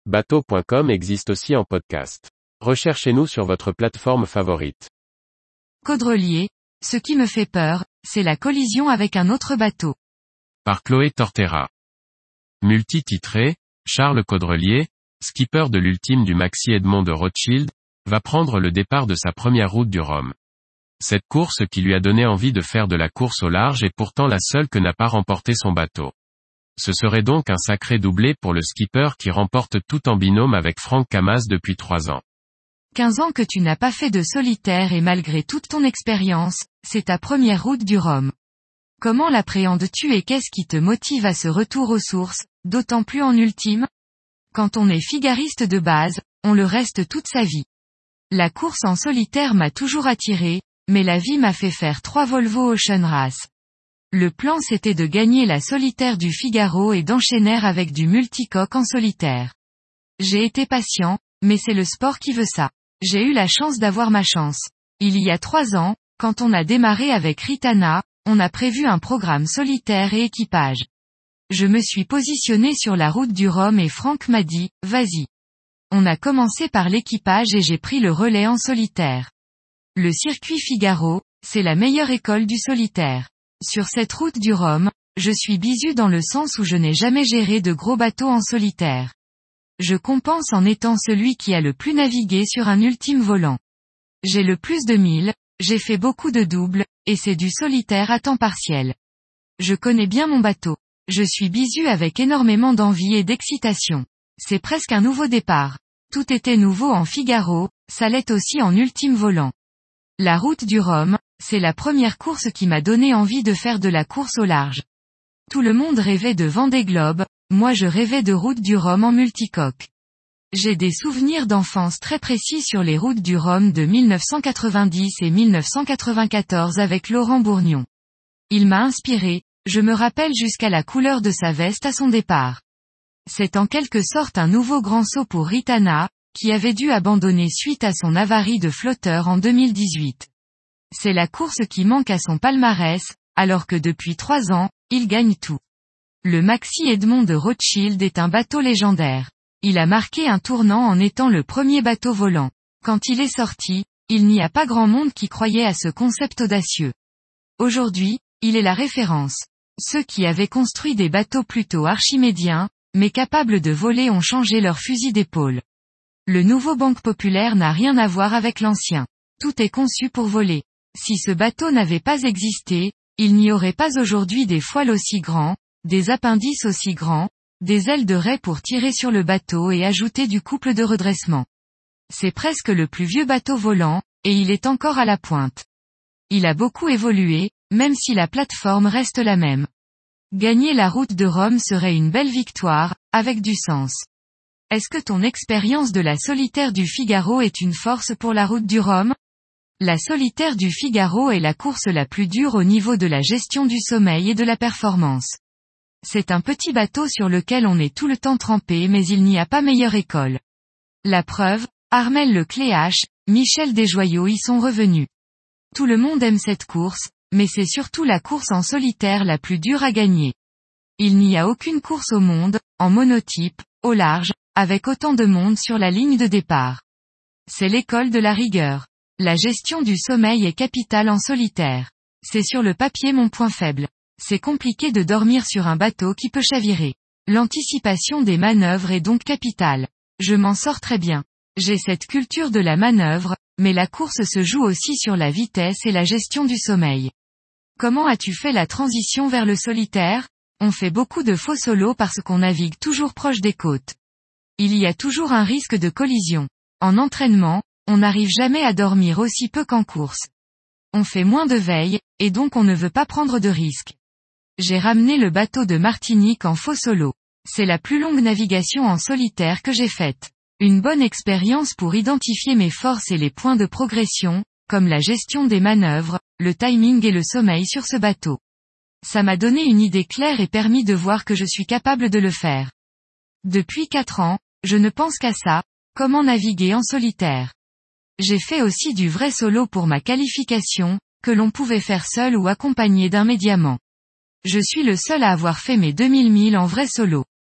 Bateau.com existe aussi en podcast. Recherchez-nous sur votre plateforme favorite. Caudrelier, ce qui me fait peur, c'est la collision avec un autre bateau. Par Chloé Tortera. Multi-titré, Charles Caudrelier, skipper de l'ultime du Maxi Edmond de Rothschild, va prendre le départ de sa première route du Rhum. Cette course qui lui a donné envie de faire de la course au large est pourtant la seule que n'a pas remporté son bateau. Ce serait donc un sacré doublé pour le skipper qui remporte tout en binôme avec Franck Camas depuis 3 ans. 15 ans que tu n'as pas fait de solitaire et malgré toute ton expérience, c'est ta première route du Rhum. Comment l'appréhendes-tu et qu'est-ce qui te motive à ce retour aux sources, d'autant plus en ultime? Quand on est figariste de base, on le reste toute sa vie. La course en solitaire m'a toujours attiré, mais la vie m'a fait faire 3 Volvo Ocean Race. Le plan c'était de gagner la solitaire du Figaro et d'enchaîner avec du multicoque en solitaire. J'ai été patient, mais c'est le sport qui veut ça. J'ai eu la chance d'avoir ma chance. Il y a 3 ans, quand on a démarré avec Ritana, on a prévu un programme solitaire et équipage. Je me suis positionné sur la route du Rhum et Franck m'a dit, vas-y. On a commencé par l'équipage et j'ai pris le relais en solitaire. Le circuit Figaro, c'est la meilleure école du solitaire. Sur cette route du Rhum, je suis bisu dans le sens où je n'ai jamais géré de gros bateaux en solitaire. Je compense en étant celui qui a le plus navigué sur un ultime volant. J'ai le plus de 1000, j'ai fait beaucoup de doubles, et c'est du solitaire à temps partiel. Je connais bien mon bateau. Je suis bisu avec énormément d'envie et d'excitation. C'est presque un nouveau départ. Tout était nouveau en Figaro, ça l'est aussi en ultime volant. La route du Rhum, c'est la première course qui m'a donné envie de faire de la course au large. Tout le monde rêvait de Vendée Globe, moi je rêvais de route du Rhum en multicoque. J'ai des souvenirs d'enfance très précis sur les routes du Rhum de 1990 et 1994 avec Laurent Bourgnon. Il m'a inspiré, je me rappelle jusqu'à la couleur de sa veste à son départ. C'est en quelque sorte un nouveau grand saut pour Ritana, qui avait dû abandonner suite à son avarie de flotteur en 2018. C'est la course qui manque à son palmarès, alors que depuis 3 ans, il gagne tout. Le Maxi Edmond de Rothschild est un bateau légendaire. Il a marqué un tournant en étant le premier bateau volant. Quand il est sorti, il n'y a pas grand monde qui croyait à ce concept audacieux. Aujourd'hui, il est la référence. Ceux qui avaient construit des bateaux plutôt archimédiens, mais capables de voler ont changé leur fusil d'épaule. Le nouveau Banque Populaire n'a rien à voir avec l'ancien. Tout est conçu pour voler. Si ce bateau n'avait pas existé, il n'y aurait pas aujourd'hui des foiles aussi grands, des appendices aussi grands, des ailes de raie pour tirer sur le bateau et ajouter du couple de redressement. C'est presque le plus vieux bateau volant, et il est encore à la pointe. Il a beaucoup évolué, même si la plateforme reste la même. Gagner la route de Rhum serait une belle victoire, avec du sens. Est-ce que ton expérience de la solitaire du Figaro est une force pour la route du Rhum? La solitaire du Figaro est la course la plus dure au niveau de la gestion du sommeil et de la performance. C'est un petit bateau sur lequel on est tout le temps trempé mais il n'y a pas meilleure école. La preuve, Armel Lecléache, Michel Desjoyaux y sont revenus. Tout le monde aime cette course, mais c'est surtout la course en solitaire la plus dure à gagner. Il n'y a aucune course au monde, en monotype, au large, avec autant de monde sur la ligne de départ. C'est l'école de la rigueur. La gestion du sommeil est capitale en solitaire. C'est sur le papier mon point faible. C'est compliqué de dormir sur un bateau qui peut chavirer. L'anticipation des manœuvres est donc capitale. Je m'en sors très bien. J'ai cette culture de la manœuvre, mais la course se joue aussi sur la vitesse et la gestion du sommeil. Comment as-tu fait la transition vers le solitaire? On fait beaucoup de faux solos parce qu'on navigue toujours proche des côtes. Il y a toujours un risque de collision. En entraînement, on n'arrive jamais à dormir aussi peu qu'en course. On fait moins de veille, et donc on ne veut pas prendre de risques. J'ai ramené le bateau de Martinique en faux solo. C'est la plus longue navigation en solitaire que j'ai faite. Une bonne expérience pour identifier mes forces et les points de progression, comme la gestion des manœuvres, le timing et le sommeil sur ce bateau. Ça m'a donné une idée claire et permis de voir que je suis capable de le faire. Depuis 4 ans, je ne pense qu'à ça, comment naviguer en solitaire. J'ai fait aussi du vrai solo pour ma qualification, que l'on pouvait faire seul ou accompagné d'un médiamant. Je suis le seul à avoir fait mes 2000 milles en vrai solo.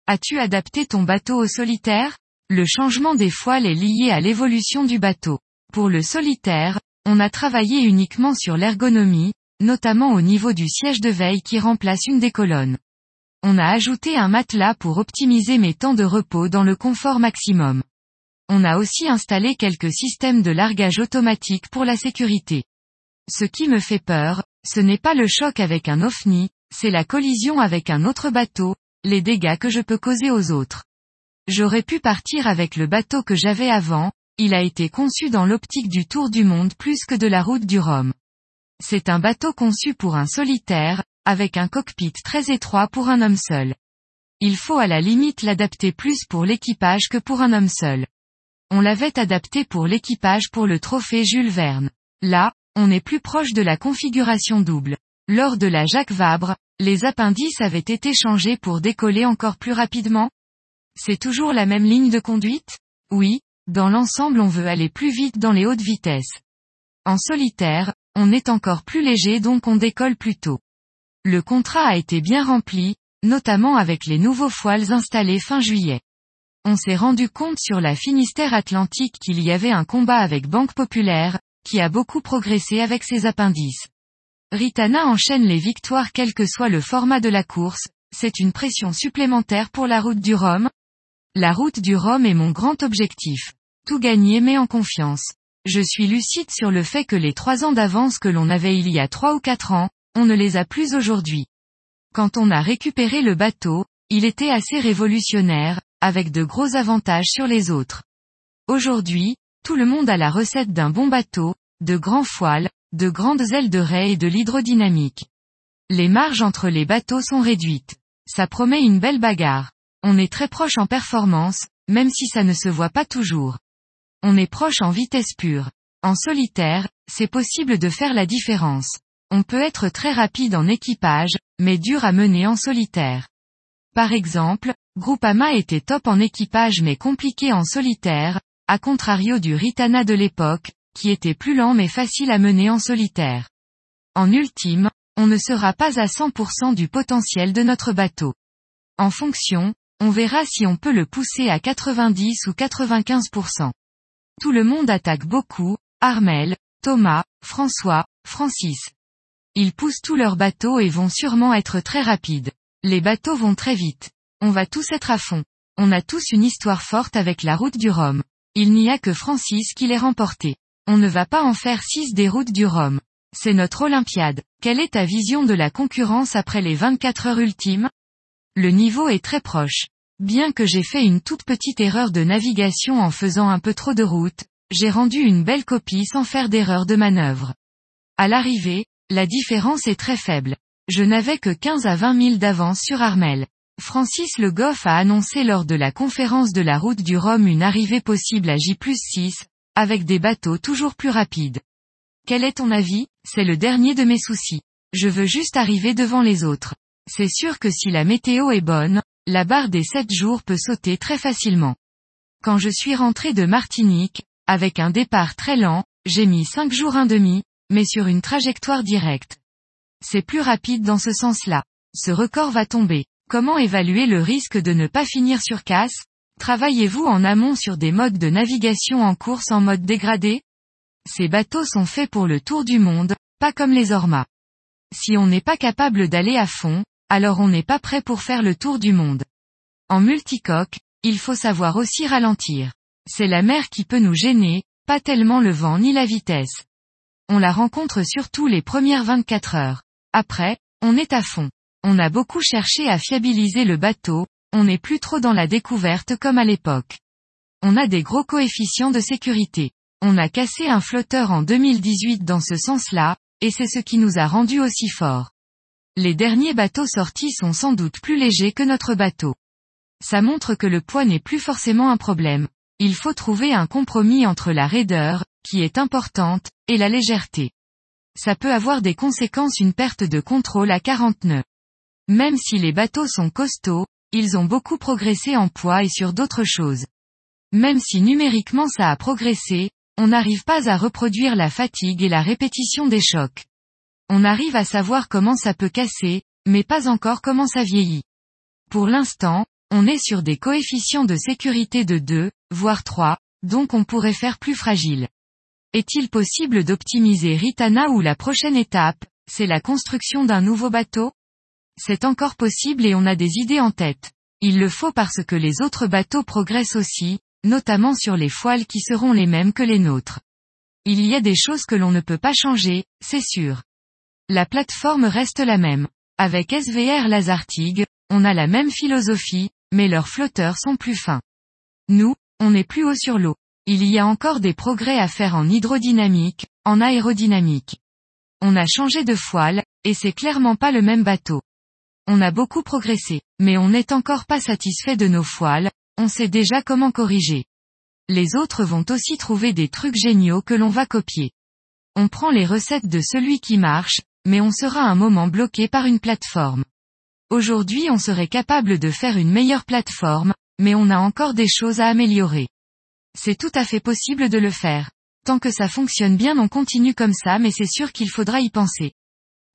As-tu adapté ton bateau au solitaire? Le changement des voiles est lié à l'évolution du bateau. Pour le solitaire, on a travaillé uniquement sur l'ergonomie, notamment au niveau du siège de veille qui remplace une des colonnes. On a ajouté un matelas pour optimiser mes temps de repos dans le confort maximum. On a aussi installé quelques systèmes de largage automatique pour la sécurité. Ce qui me fait peur, ce n'est pas le choc avec un ovni, c'est la collision avec un autre bateau, les dégâts que je peux causer aux autres. J'aurais pu partir avec le bateau que j'avais avant, il a été conçu dans l'optique du tour du monde plus que de la route du Rhum. C'est un bateau conçu pour un solitaire, avec un cockpit très étroit pour un homme seul. Il faut à la limite l'adapter plus pour l'équipage que pour un homme seul. On l'avait adapté pour l'équipage pour le trophée Jules Verne. Là, on est plus proche de la configuration double. Lors de la Jacques Vabre, les appendices avaient été changés pour décoller encore plus rapidement? C'est toujours la même ligne de conduite? Oui, dans l'ensemble on veut aller plus vite dans les hautes vitesses. En solitaire, on est encore plus léger donc on décolle plus tôt. Le contrat a été bien rempli, notamment avec les nouveaux voiles installés fin juillet. On s'est rendu compte sur la Finistère Atlantique qu'il y avait un combat avec Banque Populaire, qui a beaucoup progressé avec ses appendices. Ritana enchaîne les victoires quel que soit le format de la course, c'est une pression supplémentaire pour la route du Rhum. La route du Rhum est mon grand objectif. Tout gagner mais en confiance. Je suis lucide sur le fait que les 3 ans d'avance que l'on avait il y a 3 ou 4 ans, on ne les a plus aujourd'hui. Quand on a récupéré le bateau, il était assez révolutionnaire, avec de gros avantages sur les autres. Aujourd'hui, tout le monde a la recette d'un bon bateau, de grands voiles, de grandes ailes de raie et de l'hydrodynamique. Les marges entre les bateaux sont réduites. Ça promet une belle bagarre. On est très proche en performance, même si ça ne se voit pas toujours. On est proche en vitesse pure. En solitaire, c'est possible de faire la différence. On peut être très rapide en équipage, mais dur à mener en solitaire. Par exemple, Groupama était top en équipage mais compliqué en solitaire, à contrario du Ritana de l'époque, qui était plus lent mais facile à mener en solitaire. En ultime, on ne sera pas à 100% du potentiel de notre bateau. En fonction, on verra si on peut le pousser à 90 ou 95%. Tout le monde attaque beaucoup, Armel, Thomas, François, Francis. Ils poussent tous leurs bateaux et vont sûrement être très rapides. Les bateaux vont très vite. On va tous être à fond. On a tous une histoire forte avec la route du Rhum. Il n'y a que Francis qui l'ait remporté. On ne va pas en faire 6 des routes du Rhum. C'est notre Olympiade. Quelle est ta vision de la concurrence après les 24 heures ultimes? Le niveau est très proche. Bien que j'ai fait une toute petite erreur de navigation en faisant un peu trop de route, j'ai rendu une belle copie sans faire d'erreur de manœuvre. À l'arrivée, la différence est très faible. Je n'avais que 15 à 20 000 d'avance sur Armel. Francis Le Goff a annoncé lors de la conférence de la route du Rhum une arrivée possible à J+6, avec des bateaux toujours plus rapides. Quel est ton avis? C'est le dernier de mes soucis. Je veux juste arriver devant les autres. C'est sûr que si la météo est bonne, la barre des 7 jours peut sauter très facilement. Quand je suis rentré de Martinique, avec un départ très lent, j'ai mis 5 jours 1/2, mais sur une trajectoire directe. C'est plus rapide dans ce sens-là. Ce record va tomber. Comment évaluer le risque de ne pas finir sur casse? Travaillez-vous en amont sur des modes de navigation en course en mode dégradé? Ces bateaux sont faits pour le tour du monde, pas comme les Orma. Si on n'est pas capable d'aller à fond, alors on n'est pas prêt pour faire le tour du monde. En multicoque, il faut savoir aussi ralentir. C'est la mer qui peut nous gêner, pas tellement le vent ni la vitesse. On la rencontre surtout les premières 24 heures. Après, on est à fond. On a beaucoup cherché à fiabiliser le bateau, on n'est plus trop dans la découverte comme à l'époque. On a des gros coefficients de sécurité. On a cassé un flotteur en 2018 dans ce sens-là, et c'est ce qui nous a rendu aussi forts. Les derniers bateaux sortis sont sans doute plus légers que notre bateau. Ça montre que le poids n'est plus forcément un problème. Il faut trouver un compromis entre la raideur, qui est importante, et la légèreté. Ça peut avoir des conséquences une perte de contrôle à 40 nœuds. Même si les bateaux sont costauds, ils ont beaucoup progressé en poids et sur d'autres choses. Même si numériquement ça a progressé, on n'arrive pas à reproduire la fatigue et la répétition des chocs. On arrive à savoir comment ça peut casser, mais pas encore comment ça vieillit. Pour l'instant, On est sur des coefficients de sécurité de 2, voire 3, donc on pourrait faire plus fragile. Est-il possible d'optimiser Ritana ou la prochaine étape, c'est la construction d'un nouveau bateau? C'est encore possible et on a des idées en tête. Il le faut parce que les autres bateaux progressent aussi, notamment sur les foiles qui seront les mêmes que les nôtres. Il y a des choses que l'on ne peut pas changer, c'est sûr. La plateforme reste la même. Avec SVR Lazartigue, on a la même philosophie, mais leurs flotteurs sont plus fins. Nous, on est plus haut sur l'eau. Il y a encore des progrès à faire en hydrodynamique, en aérodynamique. On a changé de foile, et c'est clairement pas le même bateau. On a beaucoup progressé, mais on n'est encore pas satisfait de nos foiles, on sait déjà comment corriger. Les autres vont aussi trouver des trucs géniaux que l'on va copier. On prend les recettes de celui qui marche, mais on sera à un moment bloqué par une plateforme. Aujourd'hui on serait capable de faire une meilleure plateforme, mais on a encore des choses à améliorer. C'est tout à fait possible de le faire. Tant que ça fonctionne bien on continue comme ça mais c'est sûr qu'il faudra y penser.